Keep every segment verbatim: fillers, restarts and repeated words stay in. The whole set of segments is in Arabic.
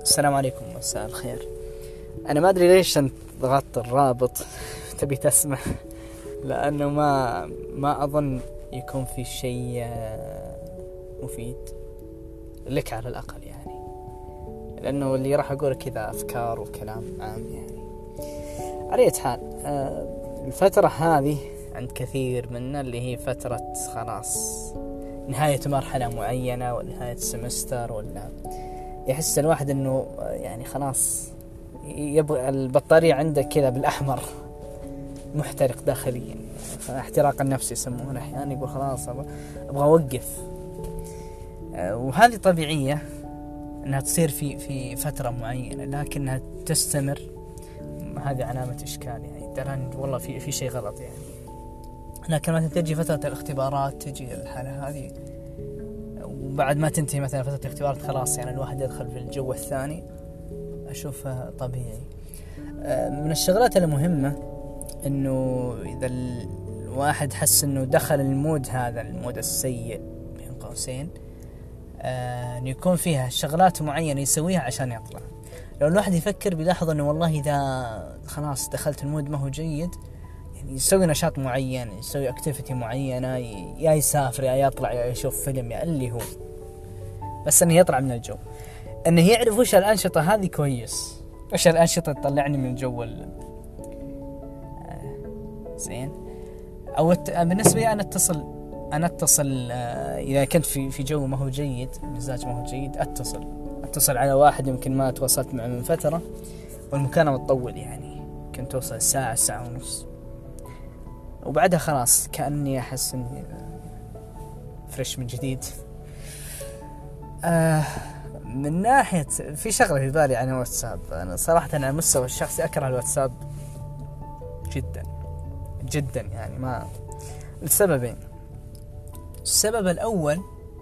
السلام عليكم، مساء الخير. أنا ما أدري ليش أنت ضغطت الرابط تبي تسمع، لأنه ما ما أظن يكون في شيء مفيد لك على الأقل، يعني لأنه اللي راح أقوله كذا أفكار وكلام عام. يعني على أي حال، الفترة هذه عند كثير منا اللي هي فترة خلاص نهاية مرحلة معينة ونهاية السمستر، ولا يحس الواحد انه يعني خلاص يبغى البطارية عنده كذا بالاحمر محترق داخليا، احتراق النفسي يسمونه احيانا، يقول خلاص ابغى اوقف. وهذه طبيعية انها تصير في في فترة معينة، لكنها تستمر، هذه علامة اشكال. يعني ترى والله في في شيء غلط يعني. لكن مثلا تجي فترة الاختبارات، تجي الحالة هذه، وبعد ما تنتهي مثلا فترة الاختبارات خلاص يعني الواحد يدخل في الجو الثاني، أشوفها طبيعي. من الشغلات المهمة إنه إذا الواحد حس إنه دخل المود هذا، المود السيء بين قوسين، إنه يكون فيها شغلات معينة يسويها عشان يطلع. لو الواحد يفكر بيلاحظ إنه والله إذا خلاص دخلت المود ما هو جيد، يعني يسوي نشاط معين، يسوي اكتيفيتي معينة، يا يسافر يا يطلع يا يشوف فيلم يا اللي هو، بس انه يطلع من الجو، انه يعرف وش الانشطة هذه كويس، وش الانشطة تطلعني من الجو ال... آه زين. او الت... بالنسبة لي انا اتصل انا اتصل آه اذا كنت في في جو ما هو جيد، مزاج ما هو جيد، اتصل اتصل على واحد يمكن ما تواصلت معه من فترة والمكالمة تطول، يعني كنت توصل ساعة ساعة ونص، وبعدها خلاص كأني أحس إني فريش من جديد. آه من ناحية في شغلة في بالي عن الواتساب، أنا صراحة على المستوى الشخصي أكره الواتساب جدا جدا، يعني ما لسببين. السبب الأول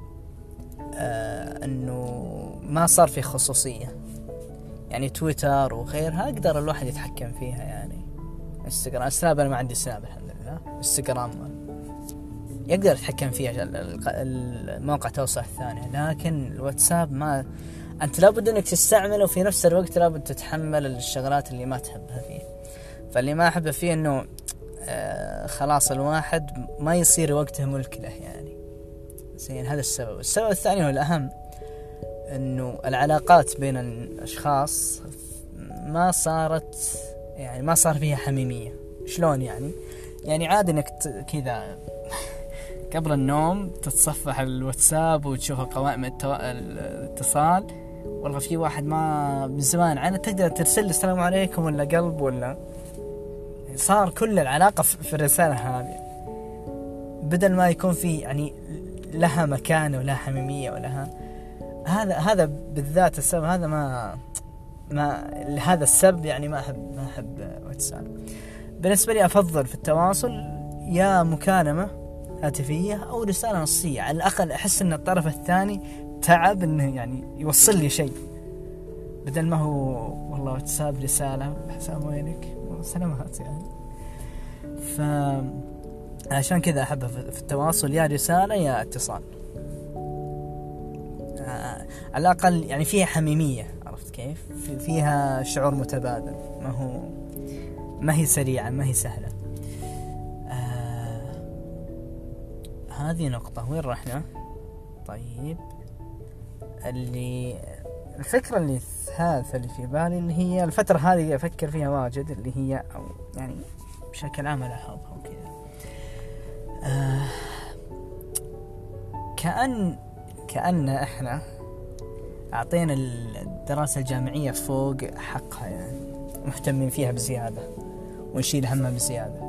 آه أنه ما صار في خصوصية، يعني تويتر وغيرها أقدر الواحد يتحكم فيها، يعني انستغرام، سناب أنا ما عندي سناب الحمد لله، انستغرام يقدر يتحكم فيها الموقع التواصل الثاني، لكن الواتساب ما، أنت لابد أنك تستعمله وفي نفس الوقت لابد تتحمل الشغلات اللي ما تحبها فيه. فاللي ما أحبه فيه أنه آه خلاص الواحد ما يصير وقته ملك له، يعني زين. هذا السبب. السبب الثاني هو الأهم، أنه العلاقات بين الأشخاص ما صارت، يعني ما صار فيها حميمية. شلون يعني؟ يعني عادي انك كذا قبل النوم تتصفح الواتساب وتشوف قوائم التو... الاتصال، والله في واحد ما من زمان عنه تقدر ترسل السلام عليكم ولا قلب، ولا صار كل العلاقة في الرسالة هذه، بدل ما يكون في يعني لها مكان ولا حميمية ولها هذا هذا بالذات السبب هذا ما ما لهذا السبب يعني ما أحب ما أحب واتساب. بالنسبة لي أفضل في التواصل يا مكالمة هاتفية أو رسالة نصية، على الأقل أحس أن الطرف الثاني تعب إنه يعني يوصل لي شيء، بدل ما هو والله واتساب رسالة حسام وينك سلامات يعني. فعشان كذا أحبها في التواصل يا رسالة يا اتصال، على الأقل يعني فيها حميمية، عرفت كيف؟ فيها شعور متبادل، ما هو ما هي سريعة، ما هي سهلة. آه هذه نقطة. وين رحنا؟ طيب، اللي الفكرة اللي الثالثة اللي في بالي اللي هي الفترة هذه أفكر فيها واجد، اللي هي أو يعني بشكل عام ألاحظها وكذا. آه كأن كأن إحنا أعطينا الدراسة الجامعية فوق حقها، يعني مهتمين فيها بزيادة ونشيل همها بزيادة.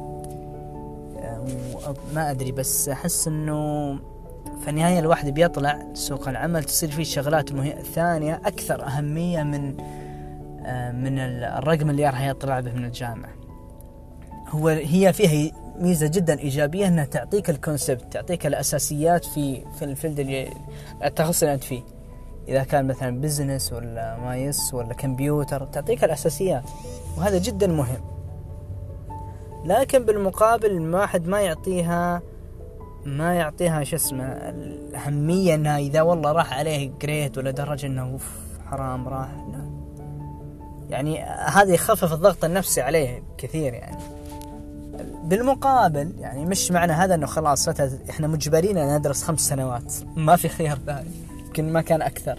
ما أدري، بس أحس أنه في النهاية الواحد بيطلع سوق العمل تصير فيه شغلات مه... ثانية أكثر أهمية من من الرقم اللي راح يطلع به من الجامعة. هو هي فيها ميزة جدا إيجابية أنها تعطيك الكونسبت، تعطيك الأساسيات في في الفيلد اللي التخصص اللي أنت فيه، إذا كان مثلا بزنس ولا مايس ولا كمبيوتر، تعطيك الأساسيات وهذا جدا مهم. لكن بالمقابل الواحد ما يعطيها ما يعطيها شو اسمه الأهمية، أنها إذا والله راح عليه جريد ولا درجة أنه حرام راح، لا يعني هذا يخفف الضغط النفسي عليه كثير يعني. بالمقابل يعني مش معنى هذا انه خلاص احنا مجبرين ان ندرس خمس سنوات، ما في خيار ثاني، يمكن ما كان اكثر.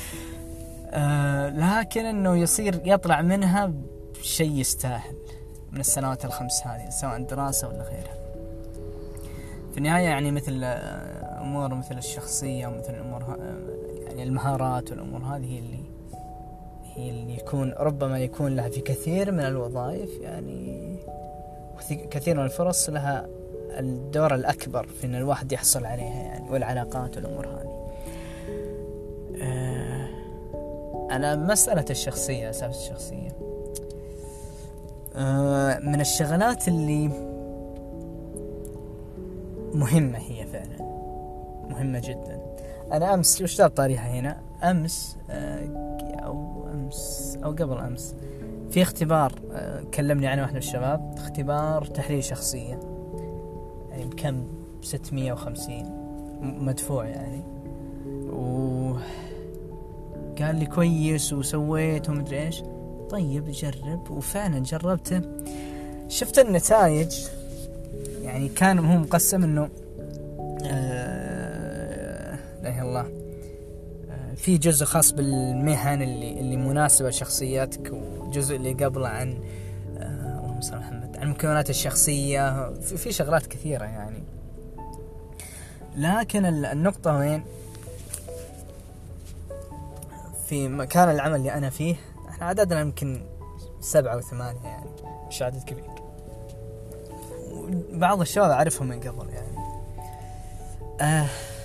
أه لكن انه يصير يطلع منها شيء يستاهل من السنوات الخمس هذه، سواء دراسة ولا غيرها. في النهاية يعني مثل امور مثل الشخصية ومثل الامور يعني المهارات والامور هذه هي اللي هي اللي يكون ربما يكون لها في كثير من الوظائف يعني كثير من الفرص لها الدور الأكبر في أن الواحد يحصل عليها يعني، والعلاقات والأمور هذه. أه أنا مسألة الشخصية، أساس الشخصية أه من الشغلات اللي مهمة، هي فعلا مهمة جدا. أنا أمس وش دار طاريها هنا أمس أه أو أمس أو قبل أمس في اختبار أه كلمني عنه واحد من الشباب، اختبار تحليل شخصية يعني بكم ستمية وخمسين مدفوع يعني، وقال لي كويس وسويت ومدري ايش. طيب جرب، وفعلا جربته، شفت النتائج يعني. كان هو مقسم انه آه لا إله إلا الله آه في جزء خاص بالمهن اللي اللي مناسبة لشخصياتك، وجزء اللي قبله عن آه اللهم صل على محمد عن مكونات الشخصية، في, في شغلات كثيرة يعني. لكن النقطة وين؟ في مكان العمل اللي أنا فيه احنا عددنا يمكن سبعة وثمانية يعني، مش عدد كبير. بعض الشباب أعرفهم من قبل يعني. آه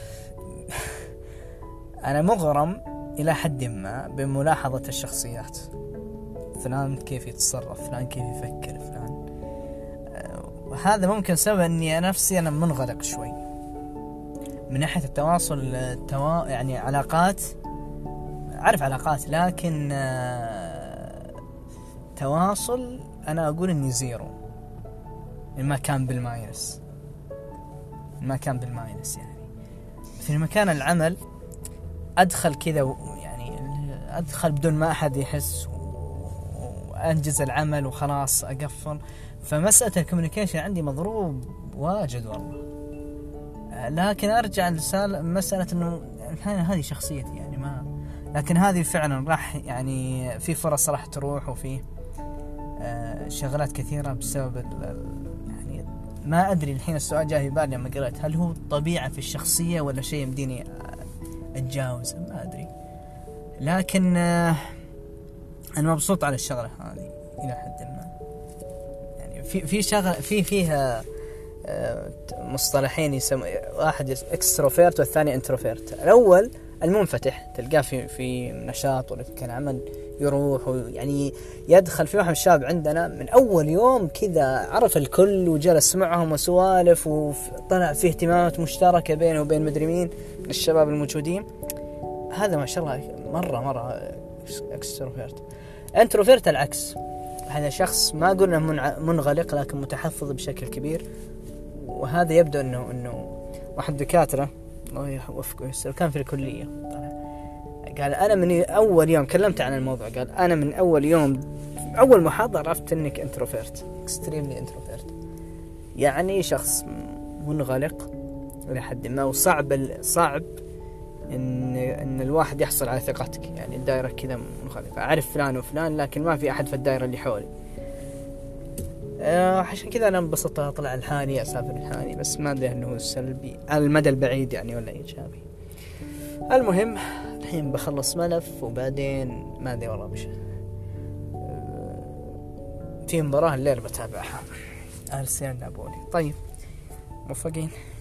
أنا مغرم إلى حد ما بملاحظة الشخصيات، فلان كيف يتصرف، فلان كيف يفكر، فلان آه وهذا ممكن سبب أني نفسي أنا منغلق شوي من ناحية التواصل. التوا... يعني علاقات، أعرف علاقات، لكن آه تواصل أنا أقول إني زيرو، ما كان بالماينس، ما كان بالماينس يعني. في مكان العمل أدخل كذا يعني، أدخل بدون ما أحد يحس وأنجز العمل وخلاص أقفل. فمسألة الكوميونيكيشن عندي مضروب واجد والله. لكن أرجع لمسألة إنه هذه شخصيتي يعني، ما لكن هذه فعلا راح يعني في فرص راح تروح، وفي آه شغلات كثيرة بسبب يعني ما أدري. الحين السؤال جاء في بالي لما قرأت، هل هو طبيعة في الشخصية ولا شيء يمديني أتجاوز؟ ما أدري. لكن آه أنا مبسوط على الشغلة هذه إلى حد ما يعني. في في شغل في فيها آه مصطلحين يسمى، واحد اكستروفيرت والثاني انتروفيرت. الأول المنفتح، تلقاه في في نشاط ولا في كان عمل يروح يعني يدخل. في واحد الشاب عندنا من أول يوم كذا عرف الكل وجلس معهم وسوالف، وطلع فيه اهتمامات مشتركة بينه وبين مدري مين من الشباب الموجودين. هذا ما شاء الله مرة مرة اكستروفيرت. انتروفيرت العكس، هذا شخص ما قلنا منغلق لكن متحفظ بشكل كبير. وهذا يبدو انه انه واحد دكاترة الله يوفقه يسر كان في الكلية قال أنا من أول يوم كلمت عن الموضوع، قال أنا من أول يوم أول محاضرة عرفت إنك انتروفيرت، اكستريملي انتروفيرت، يعني شخص منغلق إلى حد ما، وصعب صعب إن إن الواحد يحصل على ثقتك يعني. الدائرة كذا منغلقة، أعرف فلان وفلان لكن ما في أحد في الدائرة اللي حولي. آه عشان كذا أنا انبسطت أطلع الحالي أسافر الحالي، بس ما أدري إنه سلبي على المدى البعيد يعني ولا إيجابي. المهم الحين بخلص ملف وبعدين ما أدري والله بش في مباراة الليل بتابعها، أرسنال نابولي. طيب موفقين.